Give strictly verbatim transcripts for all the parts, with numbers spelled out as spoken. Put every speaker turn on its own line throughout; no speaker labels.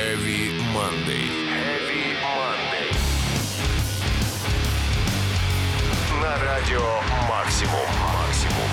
Heavy Monday. Heavy Monday. На радио Максимум. Максимум.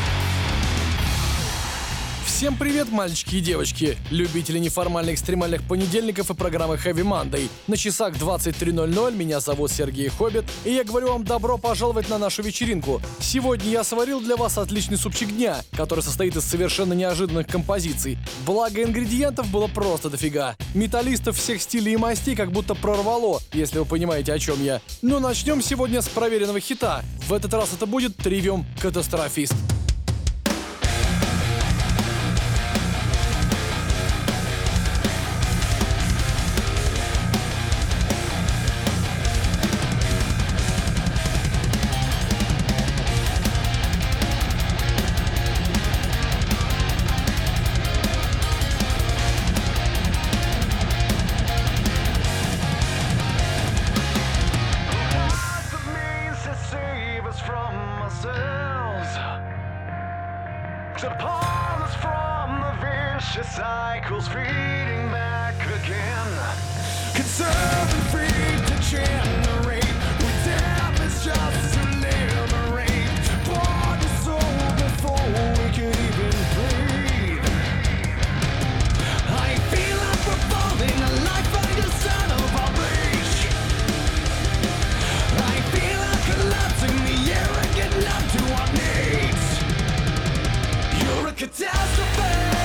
Всем привет, мальчики и девочки, любители неформальных экстремальных понедельников и программы Heavy Monday. На часах двадцать три ноль ноль, меня зовут Сергей Хоббит, и я говорю вам добро пожаловать на нашу вечеринку. Сегодня я сварил для вас отличный супчик дня, который состоит из совершенно неожиданных композиций. Благо ингредиентов было просто дофига. Металлистов всех стилей и мастей как будто прорвало, если вы понимаете, о чем я. Но начнем сегодня с проверенного хита. В этот раз это будет Trivium Катастрофист.
Cycles feeding back again. Conserve and free to generate. With death is just to liberate. Bought the soul before we could even breathe. I feel like we're falling a life by the son of our reach. I feel like collapsing the air and get numb to our needs. You're a catastrophe.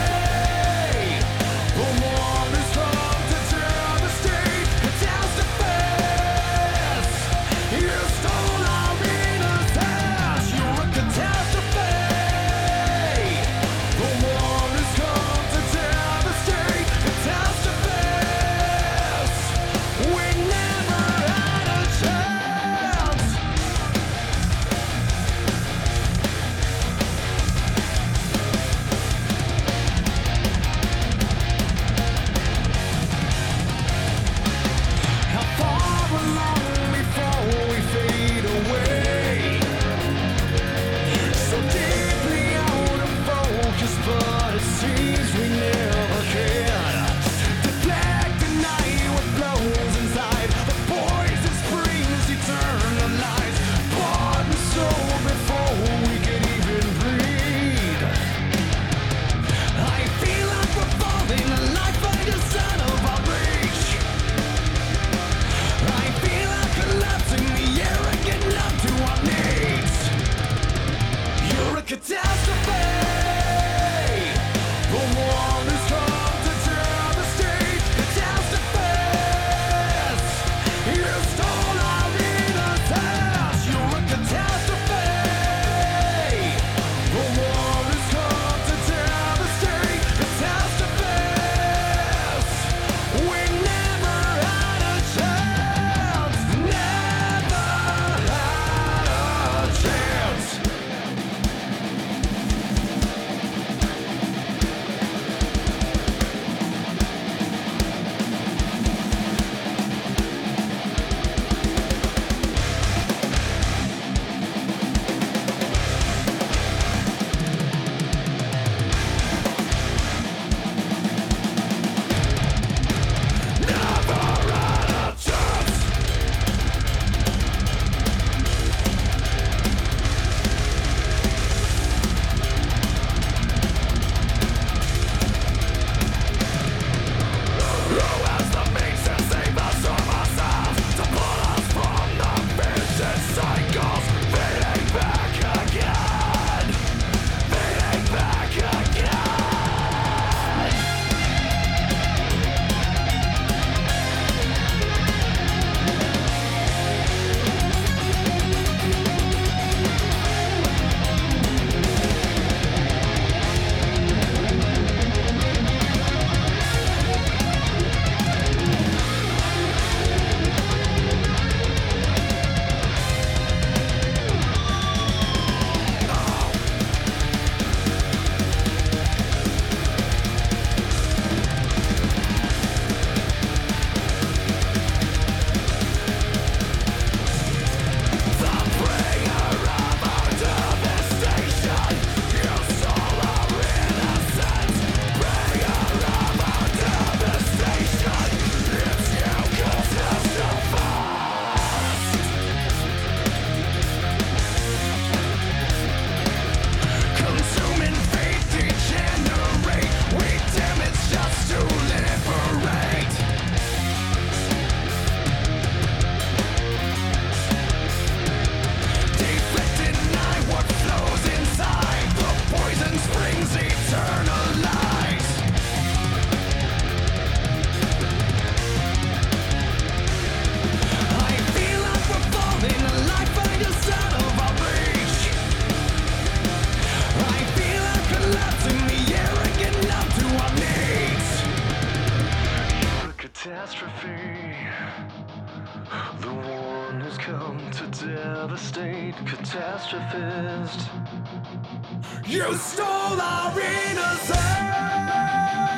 state catastrophist. You stole our innocence.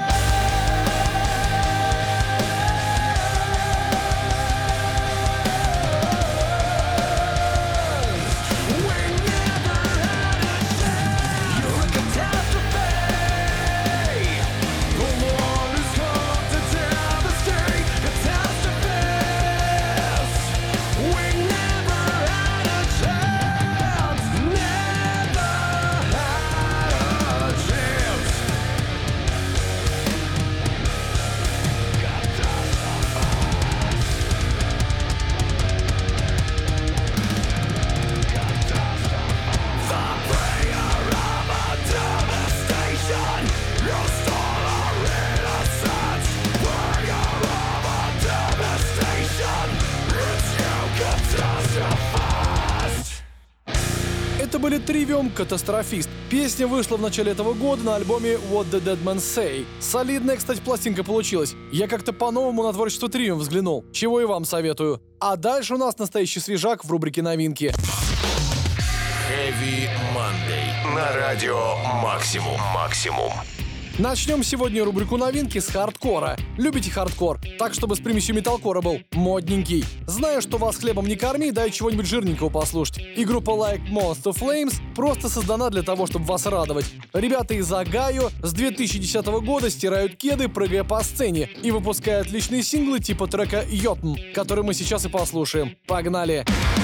Это были Trivium «Катастрофист». Песня вышла в начале этого года на альбоме What the Dead Man Say. Солидная, кстати, пластинка получилась. Я как-то по-новому на творчество Trivium взглянул, чего и вам советую. А дальше у нас настоящий свежак в рубрике «Новинки».
Heavy Monday. На радио Максимум. Максимум.
Начнем сегодня рубрику новинки с хардкора. Любите хардкор? Так, чтобы с примесью металкора был модненький. Знаю, что вас хлебом не корми, дай чего-нибудь жирненького послушать. И группа Like Monster Flames просто создана для того, чтобы вас радовать. Ребята из Огайо с две тысячи десятого года стирают кеды, прыгая по сцене, и выпускают отличные синглы типа трека «Йотм», который мы сейчас и послушаем. Погнали!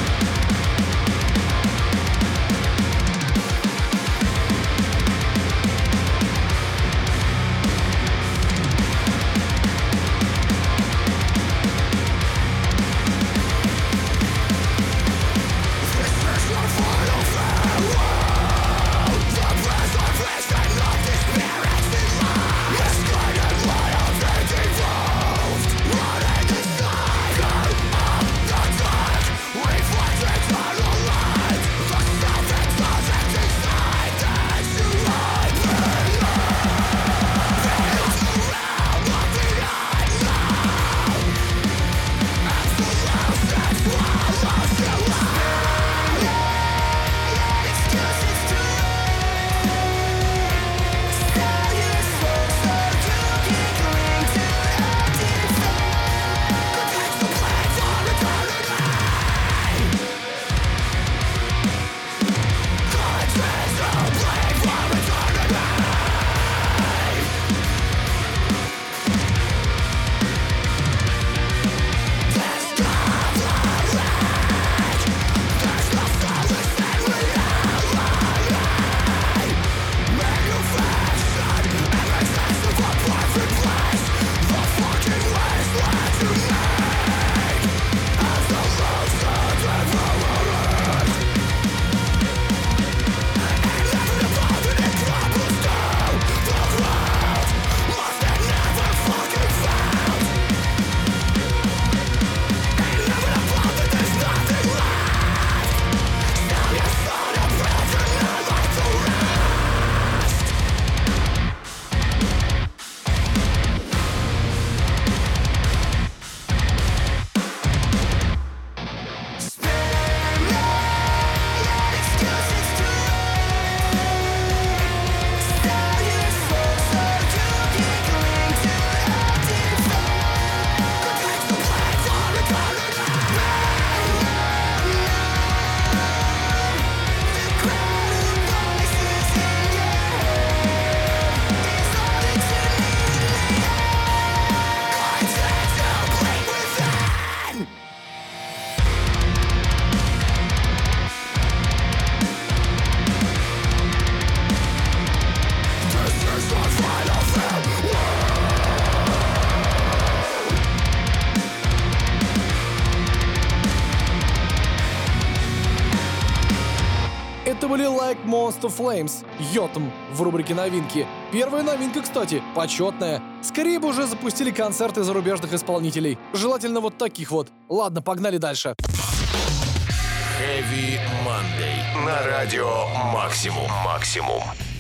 Это были Like Monster Flames, Йотм в рубрике новинки. Первая новинка, кстати, почетная. Скорее бы уже запустили концерты зарубежных исполнителей. Желательно вот таких вот. Ладно, погнали дальше.
Heavy Monday. На радио Максимум. Максимум.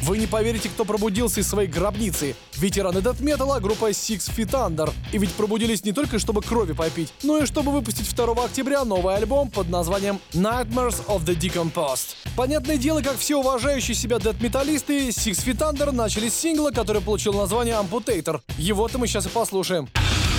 Вы не поверите, кто пробудился из своей гробницы. Ветераны дэт-металла, группа Six Feet Under. И ведь пробудились не только чтобы крови попить, но и чтобы выпустить второго октября новый альбом под названием Nightmares of the Decomposed. Понятное дело, как все уважающие себя дэт-металлисты, Six Feet Under начали с сингла, который получил название Amputator. Его-то мы сейчас и послушаем.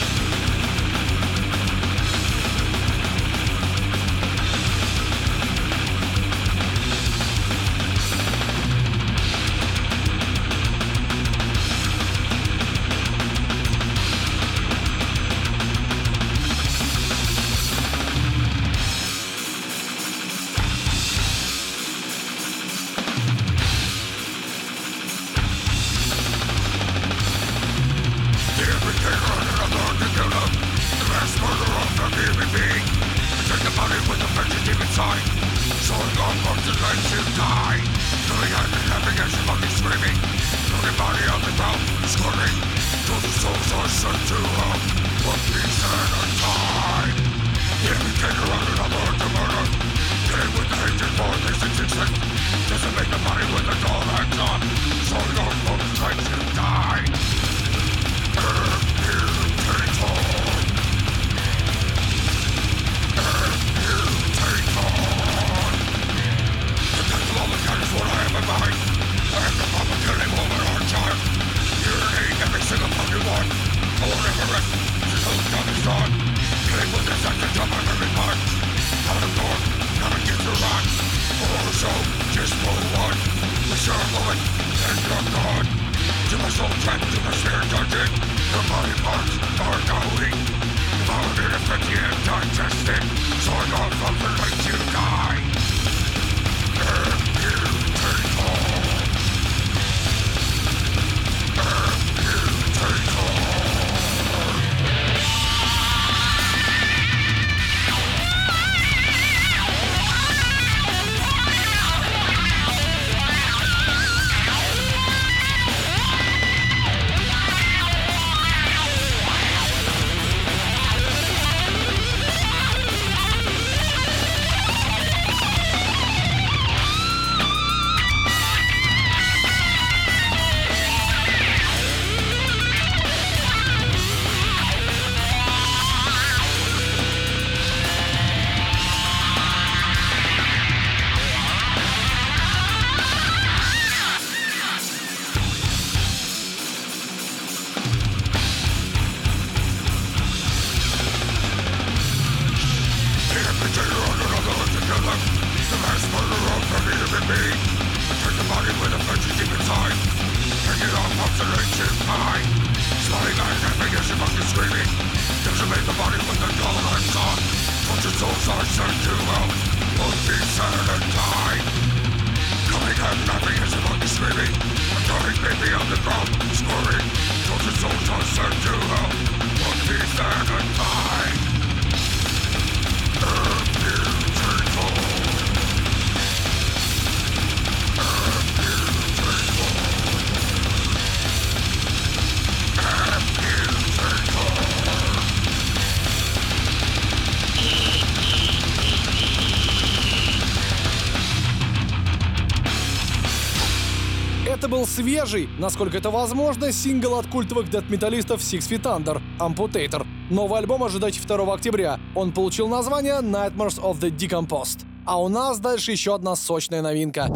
Это был свежий, насколько это возможно, сингл от культовых дэт-металлистов Six Feet Under Amputator. Новый альбом ожидайте второго октября. Он получил название Nightmares of the Decomposed. А у нас дальше еще одна сочная новинка.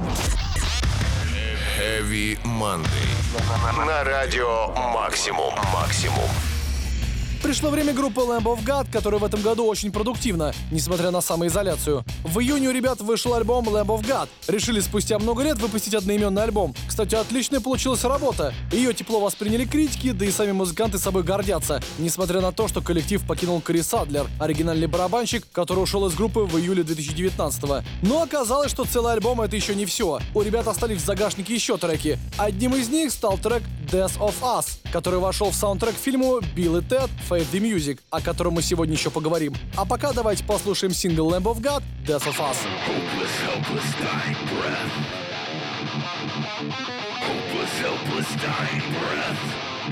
Heavy Monday. На радио Максимум. Максимум.
Пришло время группы Lamb of God, которая в этом году очень продуктивна, несмотря на самоизоляцию. В июне у ребят вышел альбом Lamb of God. Решили спустя много лет выпустить одноименный альбом. Кстати, отличная получилась работа. Ее тепло восприняли критики, да и сами музыканты собой гордятся. Несмотря на то, что коллектив покинул Крис Адлер, оригинальный барабанщик, который ушел из группы в июле две тысячи девятнадцатого. Но оказалось, что целый альбом — это еще не все. У ребят остались в загашнике еще треки. Одним из них стал трек Death of Us, который вошел в саундтрек к фильму Билл и Тед Face the Music, о котором мы сегодня еще поговорим. А пока давайте послушаем сингл Lamb of God Death of Us.
Hopeless, helpless, dying breath. Hopeless, helpless, dying breath.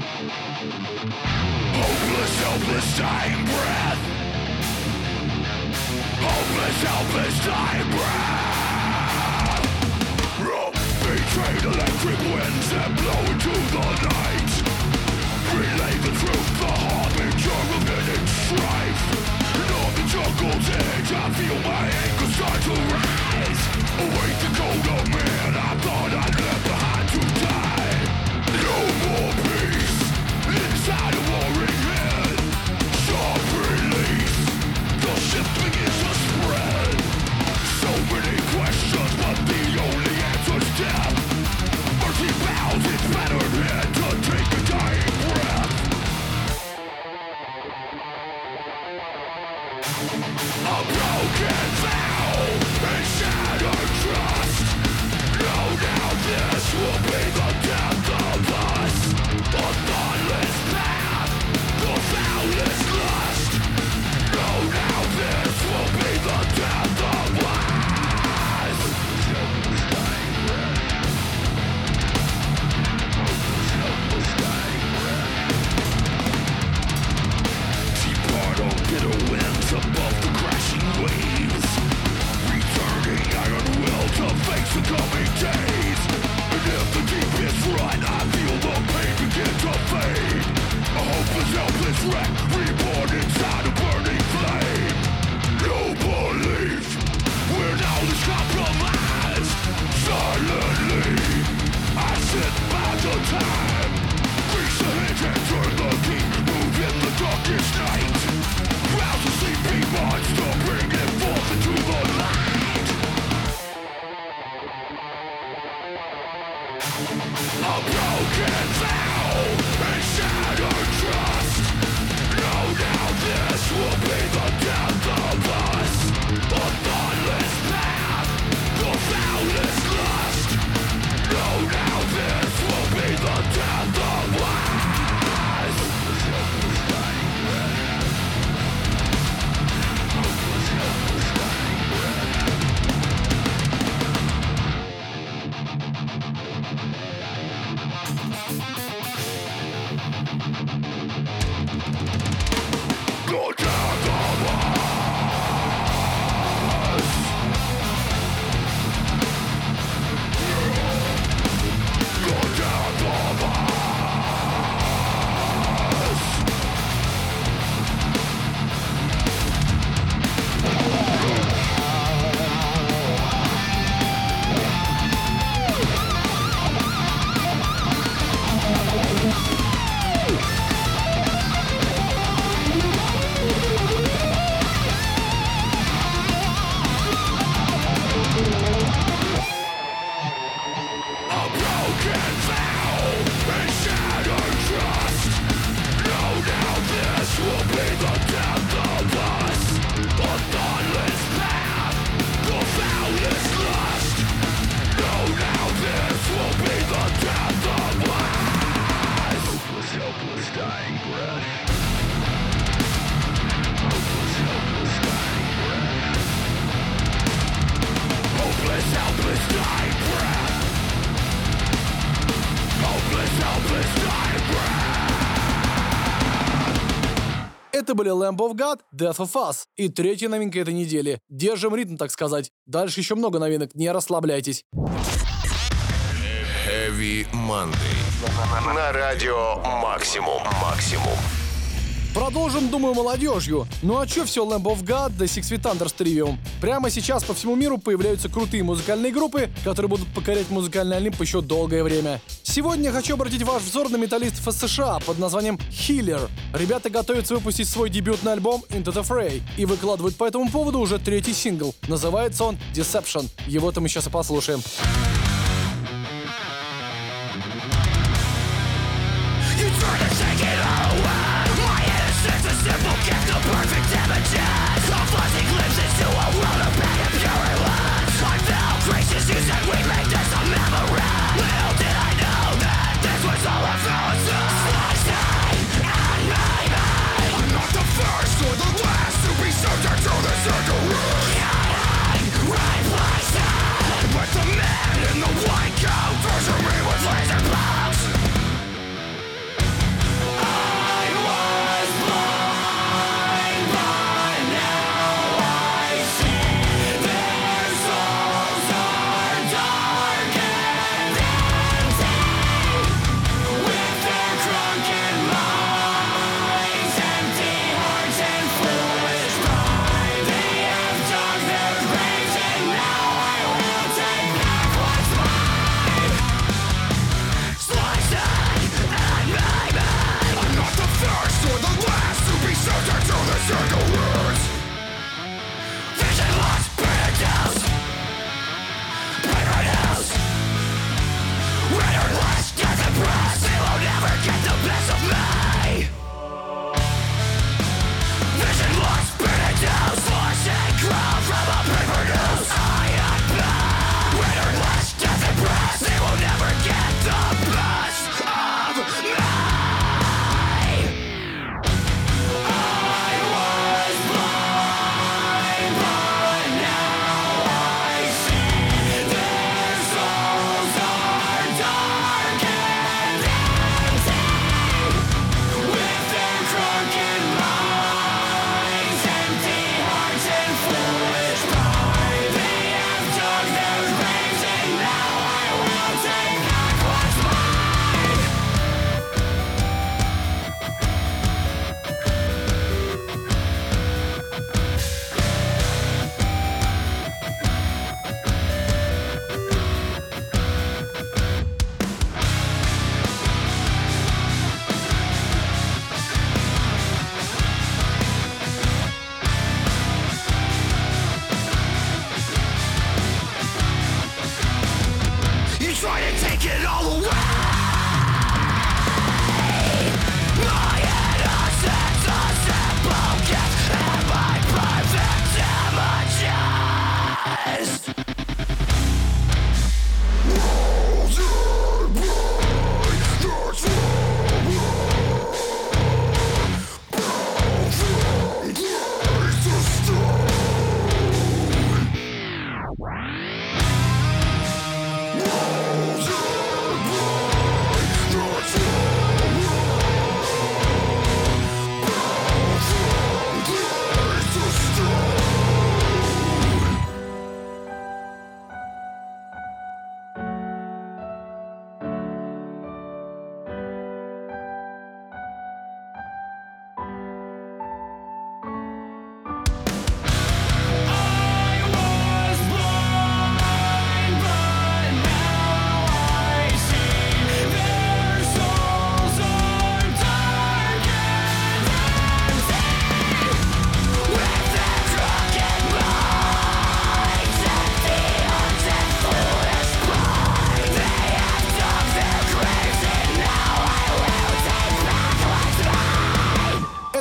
Hopeless, helpless, dying breath. Hopeless, helpless, dying breath. Raw, fate Trade electric winds that blow into the night. Relay the truth, the harbinger of hidden strife. And on the jungle's edge, I feel my anger start to rise. Awake the cold of man, I thought I'd left behind to die. No more peace, inside a warring head. Sharp release, the shift begins to spread. So many questions, but the only answer's death. Mercy bows its battered head to take a dying breath. A broken vow and shattered trust. No doubt this will be the death of us. A thoughtless path, the foulest lust. No doubt this will be the death of us. Bitter winds above the crashing waves, returning iron will to face the coming days. And if the deep is run, I feel the pain begin to fade. A hopeless, helpless wreck, reborn inside a burning flame. No belief, we're now this compromised. Silently, I sit by the time. Reach the hinge and turn the key, move in the darkest night. Rouse the sleepy monster, bring it forth into the light. A broken vow and shattered trust. No doubt this will be the death of us. A thoughtless path, the foulest lust. No doubt this will be the death of us.
Это были Lamb of God, Death of Us и третья новинка этой недели. Держим ритм, так сказать. Дальше еще много новинок, не расслабляйтесь.
Heavy Monday. На радио Максимум. Максимум.
Продолжим, думаю, молодежью. Ну а чё все Lamb of God да Six Feet Under с Trivium? Прямо сейчас по всему миру появляются крутые музыкальные группы, которые будут покорять музыкальный Олимп еще долгое время. Сегодня я хочу обратить ваш взор на металлистов из США под названием Healer. Ребята готовятся выпустить свой дебютный альбом Into the Fray и выкладывают по этому поводу уже третий сингл. Называется он Deception. Его-то мы сейчас и послушаем.
Perfect images of fuzzy glimpses to a world of pain and pure ones. Unveiled gracious you said we'd make this a memory. Little did I know that this was all a fantasy. Slicing and maybe I'm not the first or the last to be subject to the surgery. Killing, replacing with the man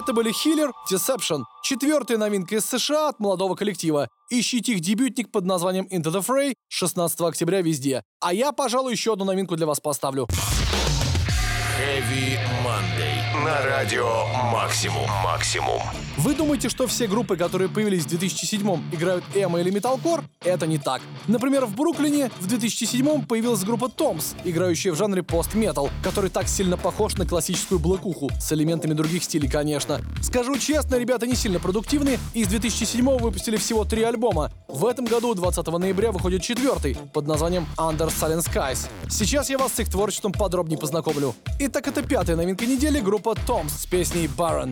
Это были Healer, Deception. Четвертая новинка из США от молодого коллектива. Ищите их дебютник под названием Into the Fray шестнадцатого октября везде. А я, пожалуй, еще одну новинку для вас поставлю.
Heavy Monday на радио Максимум. Максимум.
Вы думаете, что все группы, которые появились в две тысячи седьмом, играют эмо или металкор? Это не так. Например, в Бруклине в две тысячи седьмом появилась группа Toms, играющая в жанре пост-метал, который так сильно похож на классическую блэкуху, с элементами других стилей, конечно. Скажу честно, ребята не сильно продуктивны, и с две тысячи седьмого выпустили всего три альбома. В этом году, двадцатого ноября, выходит четвертый, под названием Under Silent Skies. Сейчас я вас с их творчеством подробнее познакомлю. Итак, это пятая новинка недели, группа Toms с песней Baron.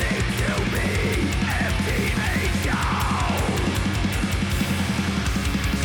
Empty me down.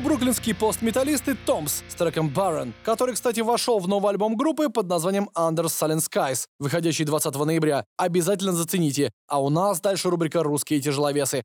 бруклинские постметаллисты Томс с треком Baron, который, кстати, вошел в новый альбом группы под названием Under Silent Skies, выходящий двадцатого ноября. Обязательно зацените. А у нас дальше рубрика «Русские тяжеловесы».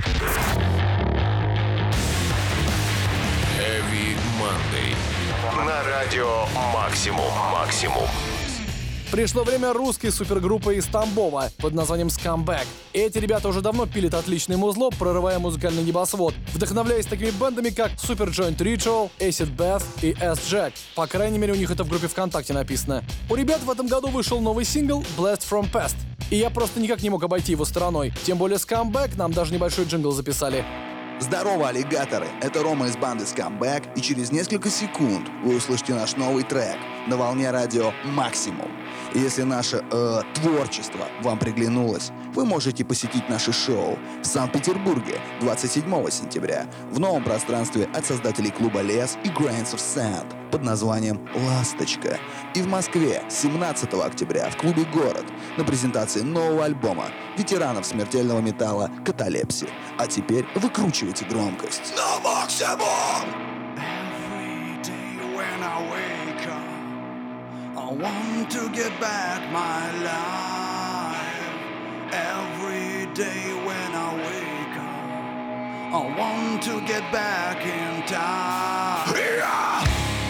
Heavy Monday. На радио Максимум. Максимум.
Пришло время русской супергруппы из Тамбова под названием Scumbag. Эти ребята уже давно пилят отличное музло, прорывая музыкальный небосвод, вдохновляясь такими бэндами, как Superjoint Ritual, Acid Bath и S-Jack. По крайней мере, у них это в группе ВКонтакте написано. У ребят в этом году вышел новый сингл Blast from Past. И я просто никак не мог обойти его стороной. Тем более Scumbag нам даже небольшой джингл записали.
Здорово, аллигаторы! Это Рома из банды Scumbag, и через несколько секунд вы услышите наш новый трек на волне радио «Максимум». И если наше э, творчество вам приглянулось, вы можете посетить наше шоу в Санкт-Петербурге двадцать седьмого сентября в новом пространстве от создателей клуба «Лес» и Grains of Sand под названием «Ласточка». И в Москве семнадцатого октября в клубе «Город» на презентации нового альбома ветеранов смертельного металла «Каталепси». А теперь выкручивайте громкость. На максимум!
Every day when I wake up, I want to get back my life. Every day when I wake up, I want to get back in time. Yeah!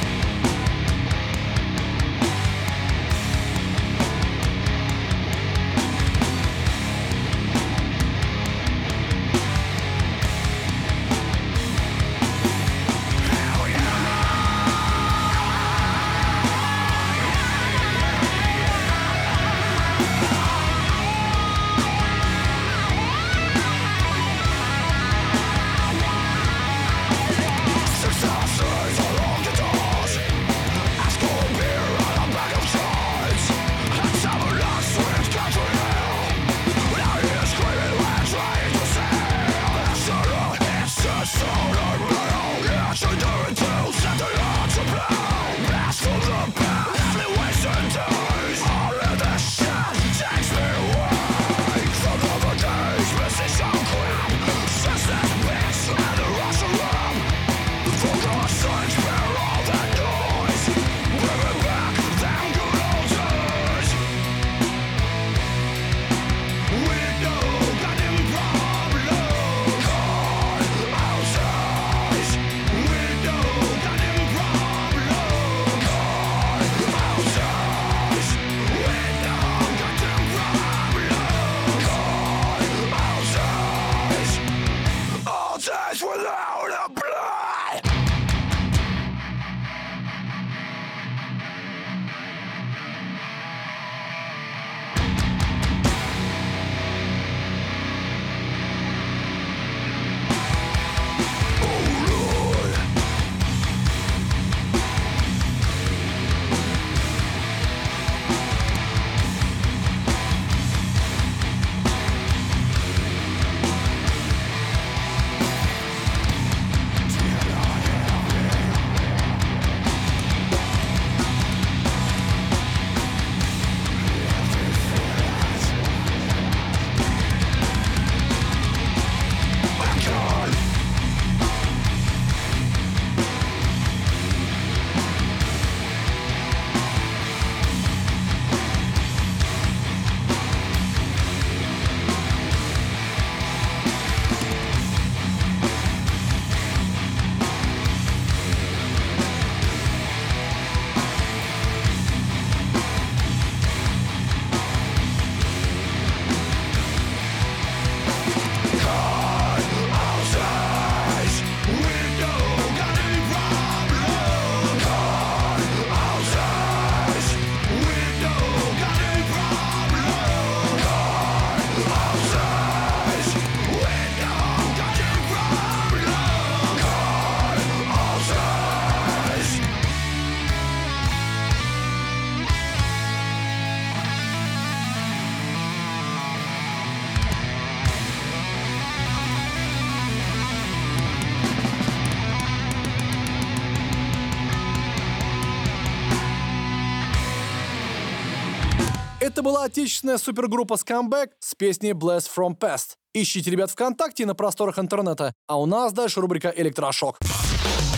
Это была отечественная супергруппа Scumbag с песней Blast from Past. Ищите ребят ВКонтакте и на просторах интернета. А у нас дальше рубрика «Электрошок».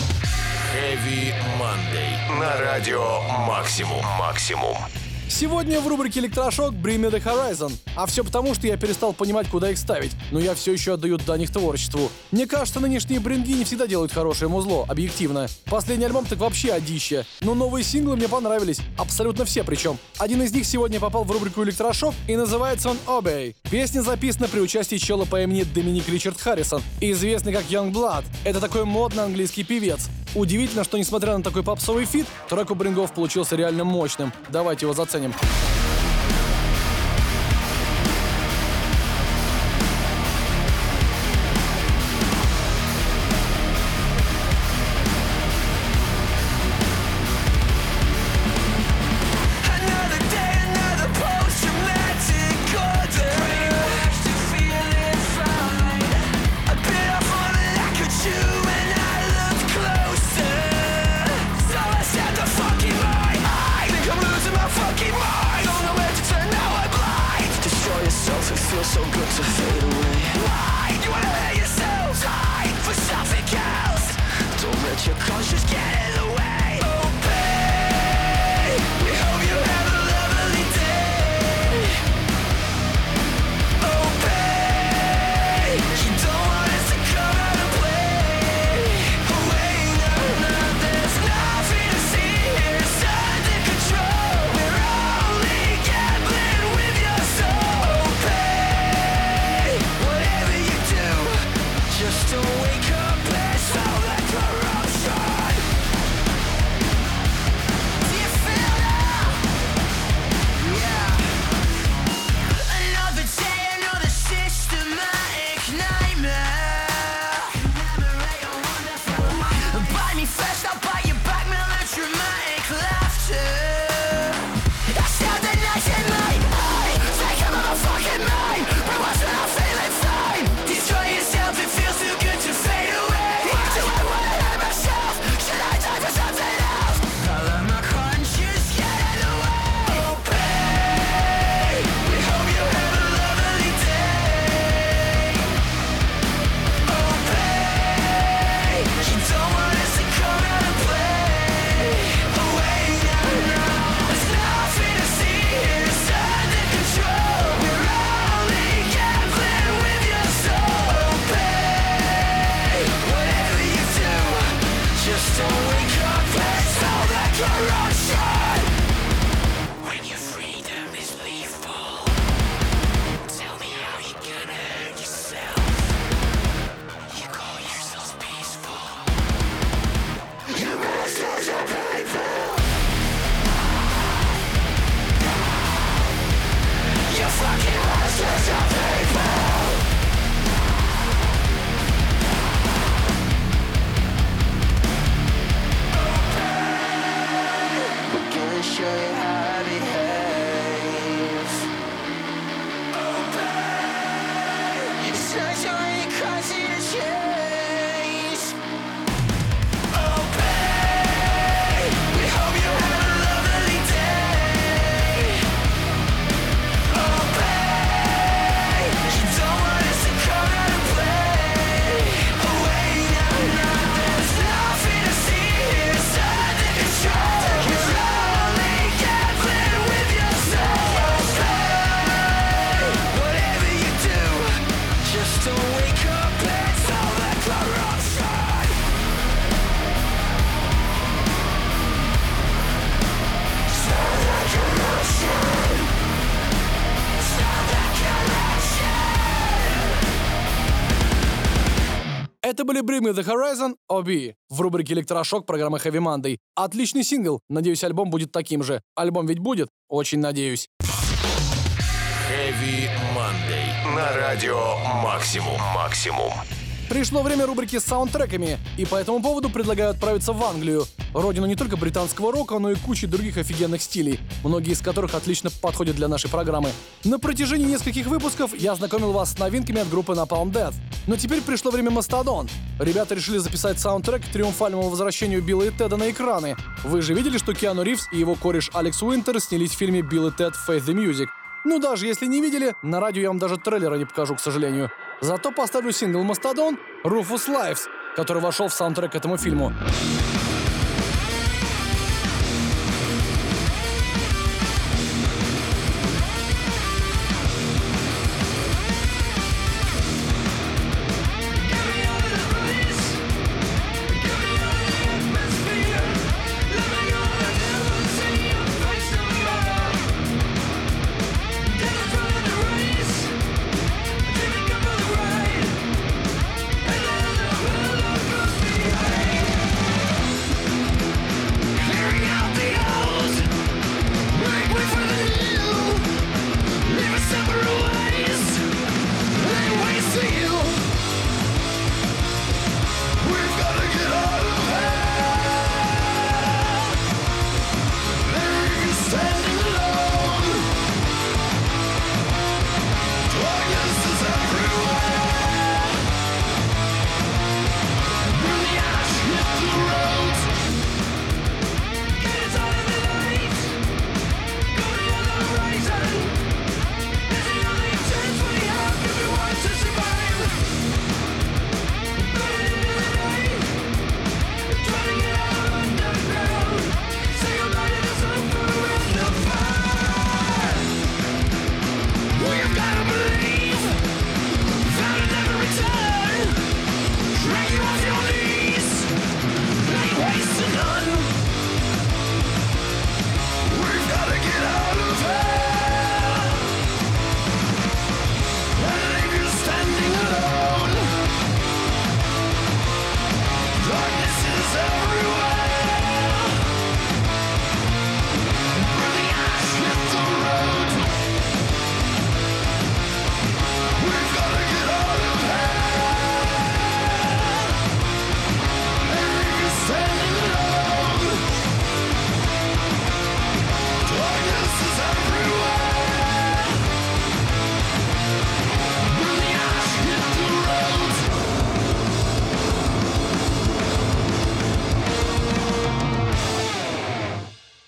Heavy Monday. На радио Максимум. Максимум.
Сегодня в рубрике «Электрошок» Bring Me The Horizon. А все потому, что я перестал понимать, куда их ставить. Но я все еще отдаю дань их творчеству. Мне кажется, нынешние бринги не всегда делают хорошее музло, объективно. Последний альбом так вообще одище. Но новые синглы мне понравились. Абсолютно все причем. Один из них сегодня попал в рубрику «Электрошок» и называется он «Obey». Песня записана при участии чела по имени Доминик Ричард Харрисон, известный как Young Blood. Это такой модный английский певец. Удивительно, что несмотря на такой попсовый фит, трек у брингов получился реально мощным. Давайте его заценим.
So good to fade away. Why do you wanna let yourself die for something else? Don't let your conscience get in the way. Obey. We hope you have a lovely day. Obey. You don't want us to come out and play. Away, no, no, there's nothing to see here. It's under control. We're only gambling with your soul. Just to wake up and smell that corruption. Do you feel now? Yeah. Another day, another systematic nightmare. Bite me first, I'll bite you back, melodramatic laughter. I sound the night and night. I take a motherfucking mind. But what's when I'm feeling fine? Destroy yourself, it feels too good to fade away. Do I wanna hurt myself? Should I die for something else? I let my conscience get in the way. Obey. We hope you have a lovely day. Obey. You don't want us to come out and play. Away now, now. There's nothing to see here. It's under control. We're only gambling with your soul. Obey. Whatever you do, just don't wake up and smell that corruption. When your freedom is lethal, tell me how you gonna hurt yourself. You call yourselves peaceful. You masters of people. You fucking masters of people. We're gonna show you how to behave. Obey. It's not your crazy to change. Obey. We hope you have a lovely day. Obey. You don't want us to come out and play. Away now, now. There's nothing to see here. It's under control. We're only gambling with your soul. Obey. Whatever you do, just don't wake up and smell that corruption. Smell that corruption. Smell that corruption.
Это были Bring Me The Horizon, Obi, в рубрике «Электрошок» программы Heavy Monday. Отличный сингл. Надеюсь, альбом будет таким же. Альбом ведь будет? Очень надеюсь.
Heavy Monday. На радио Максимум. Максимум.
Пришло время рубрики с саундтреками, и по этому поводу предлагаю отправиться в Англию, родину не только британского рока, но и кучи других офигенных стилей, многие из которых отлично подходят для нашей программы. На протяжении нескольких выпусков я знакомил вас с новинками от группы Napalm Death, но теперь пришло время Mastodon. Ребята решили записать саундтрек к триумфальному возвращению Билла и Теда на экраны. Вы же видели, что Киану Ривз и его кореш Алекс Уинтер снялись в фильме «Билл и Тед Face the Music». Ну, даже если не видели, на радио я вам даже трейлера не покажу, к сожалению. Зато поставлю сингл Mastodon «Rufus Lives», который вошел в саундтрек к этому фильму.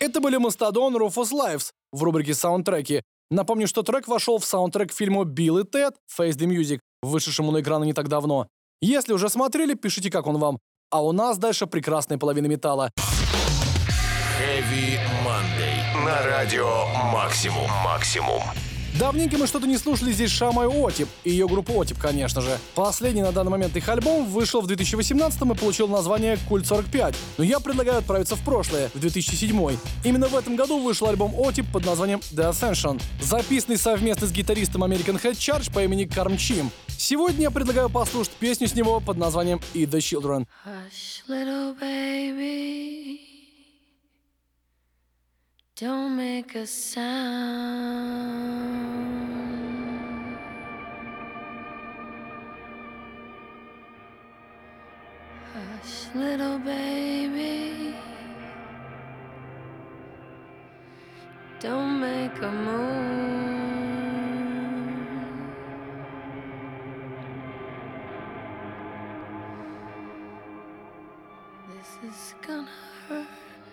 Это были Mastodon Rufus Lives в рубрике «Саундтреки». Напомню, что трек вошел в саундтрек к фильму «Билл и Тед. Face the Music», вышедшему на экраны не так давно. Если уже смотрели, пишите, как он вам. А у нас дальше прекрасная половина металла.
Heavy Monday на радио Максимум. Максимум.
Давненько мы что-то не слушали здесь Шамай Отип и ее группу Отип, конечно же. Последний на данный момент их альбом вышел в две тысячи восемнадцатом и получил название «Культ сорок пять». Но я предлагаю отправиться в прошлое, в две тысячи седьмой. Именно в этом году вышел альбом Отип под названием «The Ascension», записанный совместно с гитаристом American Head Charge по имени Карм Чим. Сегодня я предлагаю послушать песню с него под названием «Eat the Children».
Hush, little baby, don't make a sound. Hush, little baby, don't make a move. This is gonna hurt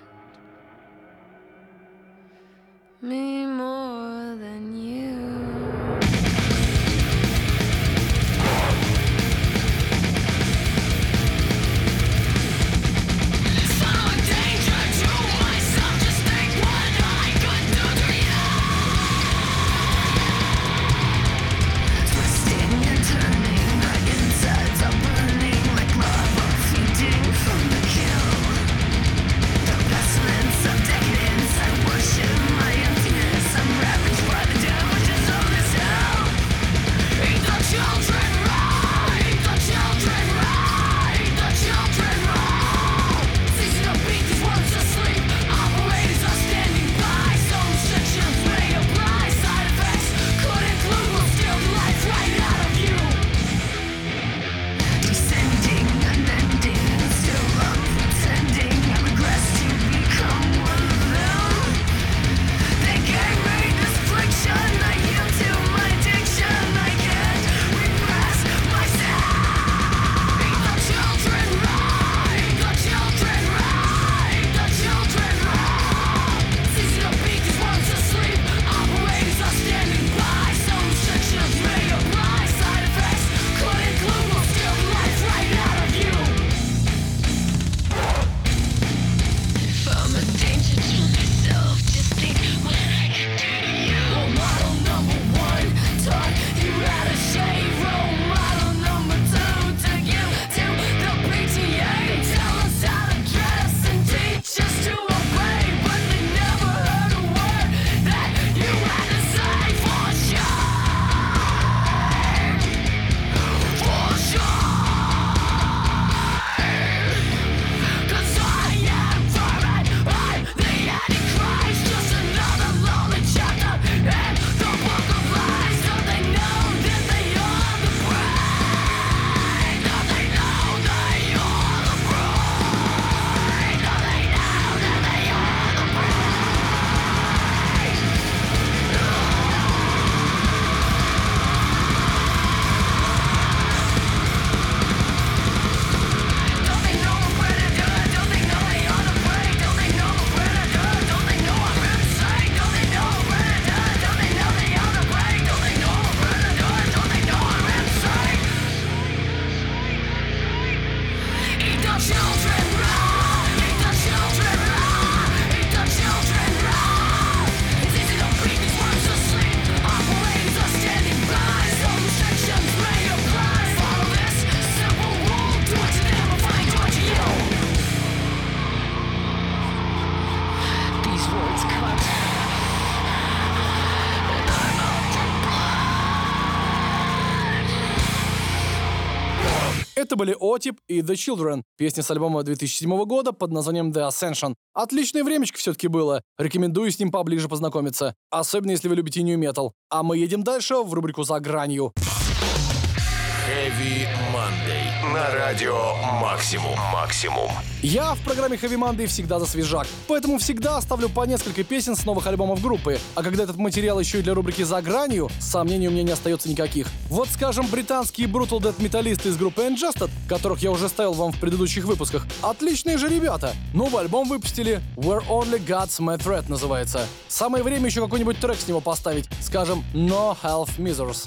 me more than you.
Это были Отип и The Children, песня с альбома две тысячи седьмого года под названием The Ascension. Отличное времечко все-таки было. Рекомендую с ним поближе познакомиться. Особенно, если вы любите нью метал. А мы едем дальше в рубрику «За гранью».
Heavy Monday. На радио Максимум. Максимум.
Я в программе Heavy Monday всегда за свежак, поэтому всегда оставлю по несколько песен с новых альбомов группы. А когда этот материал еще и для рубрики «За гранью», сомнений у меня не остается никаких. Вот, скажем, британские Brutal Death металлисты из группы Ingested, которых я уже ставил вам в предыдущих выпусках. Отличные же ребята. Новый альбом выпустили, Where Only God's May Tread называется. Самое время еще какой-нибудь трек с него поставить, скажем, No Half Measures.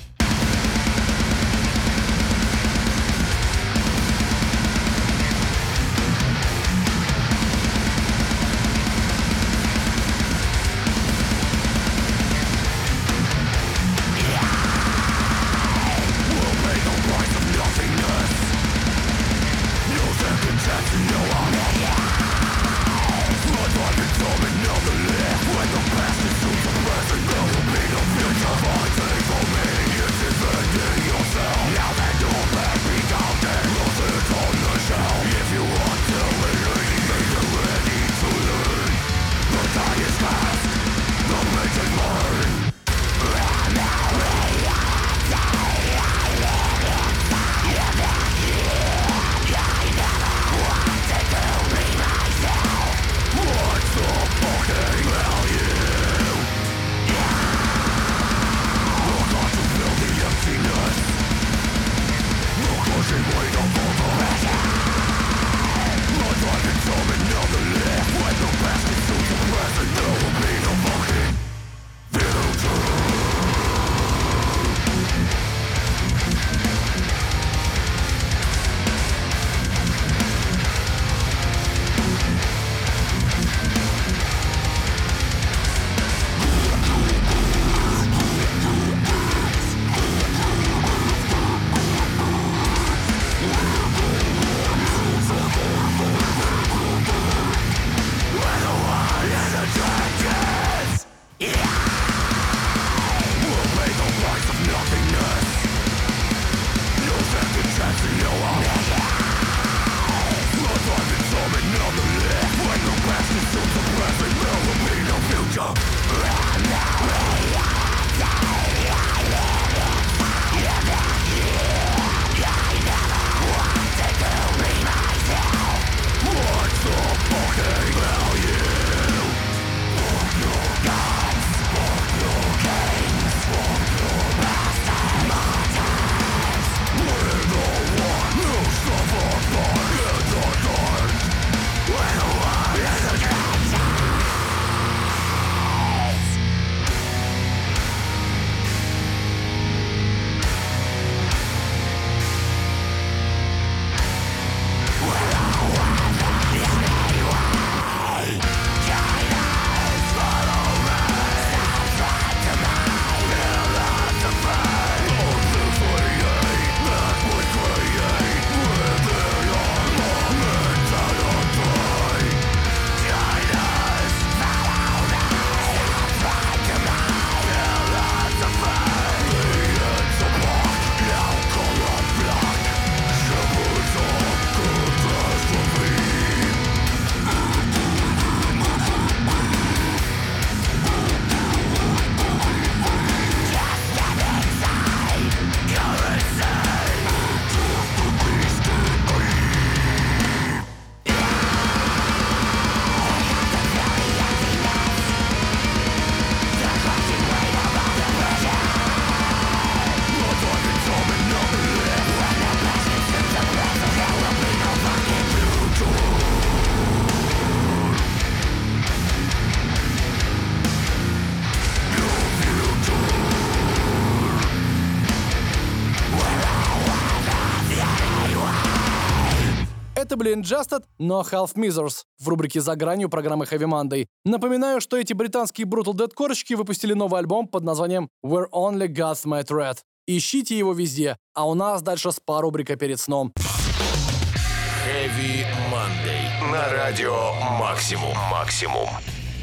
Это были Ingested, No Half Measures в рубрике «За гранью» программы Heavy Monday. Напоминаю, что эти британские Brutal Death-корочки выпустили новый альбом под названием Where Only God's May Tread. Ищите его везде, а у нас дальше спа-рубрика перед сном.
Heavy Monday. На радио Максимум. Максимум.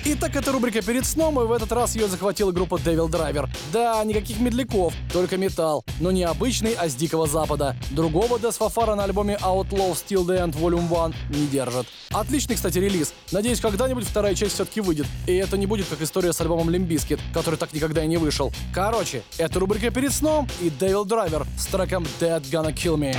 Итак, это рубрика «Перед сном», и в этот раз ее захватила группа Devil Driver. Да, никаких медляков, только металл, но не обычный, а с Дикого Запада. Другого десфафара на альбоме Outlaw Still the End Volume один не держит. Отличный, кстати, релиз. Надеюсь, когда-нибудь вторая часть все-таки выйдет, и это не будет как история с альбомом Limp Bizkit, который так никогда и не вышел. Короче, это рубрика «Перед сном» и Devil Driver с треком Dead Gonna Kill Me.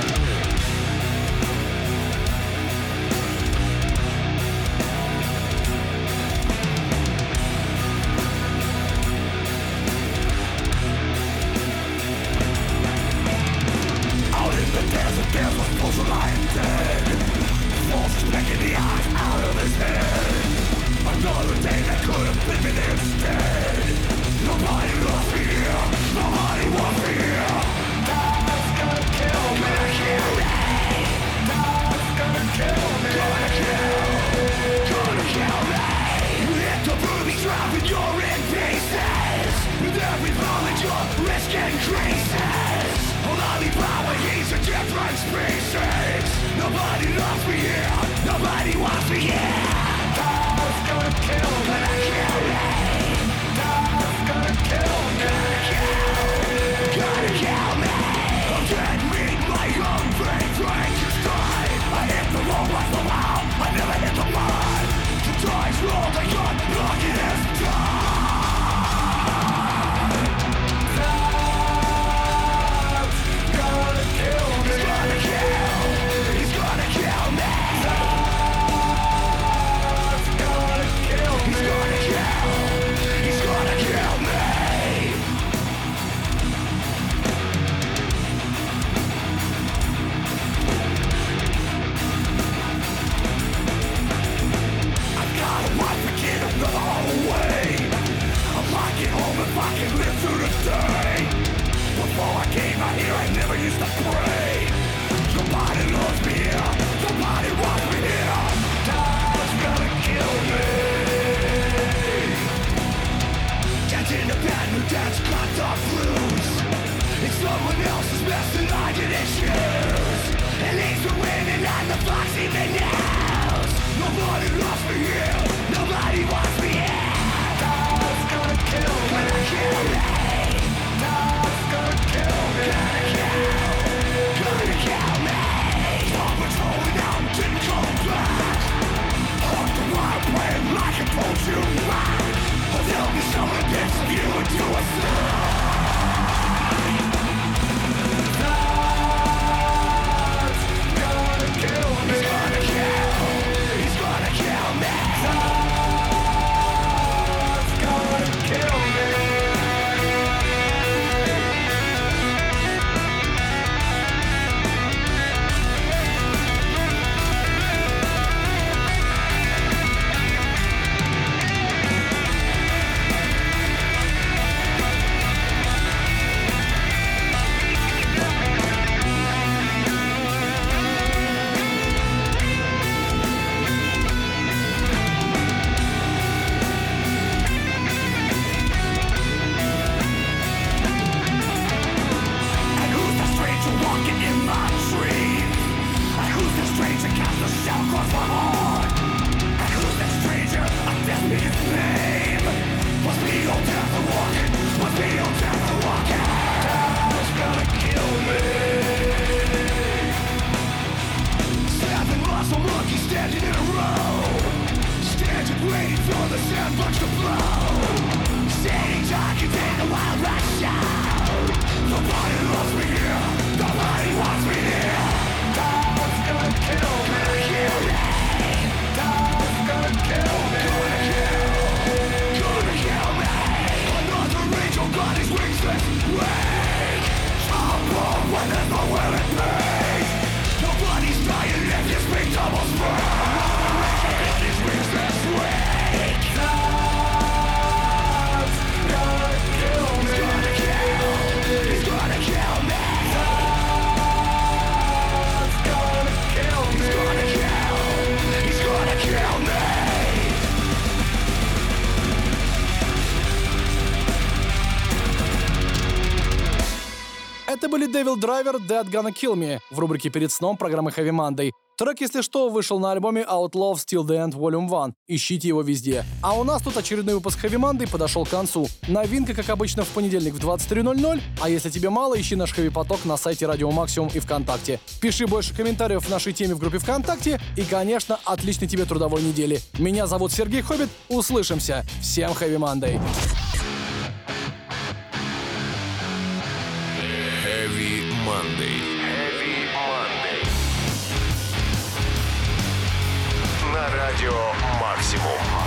Это были Devil Driver, Dead Gonna Kill Me в рубрике «Перед сном» программы Heavy Monday. Трек, если что, вышел на альбоме Outlaw Still the End Volume один. Ищите его везде. А у нас тут очередной выпуск Heavy Monday подошел к концу. Новинка, как обычно, в понедельник в двадцать три ноль ноль. А если тебе мало, ищи наш Heavy Поток на сайте Радио Максимум и ВКонтакте. Пиши больше комментариев в нашей теме в группе ВКонтакте. И, конечно, отличной тебе трудовой недели. Меня зовут Сергей Хоббит. Услышимся. Всем Heavy Monday.
Heavy Monday. Heavy Monday. На радио Максимум.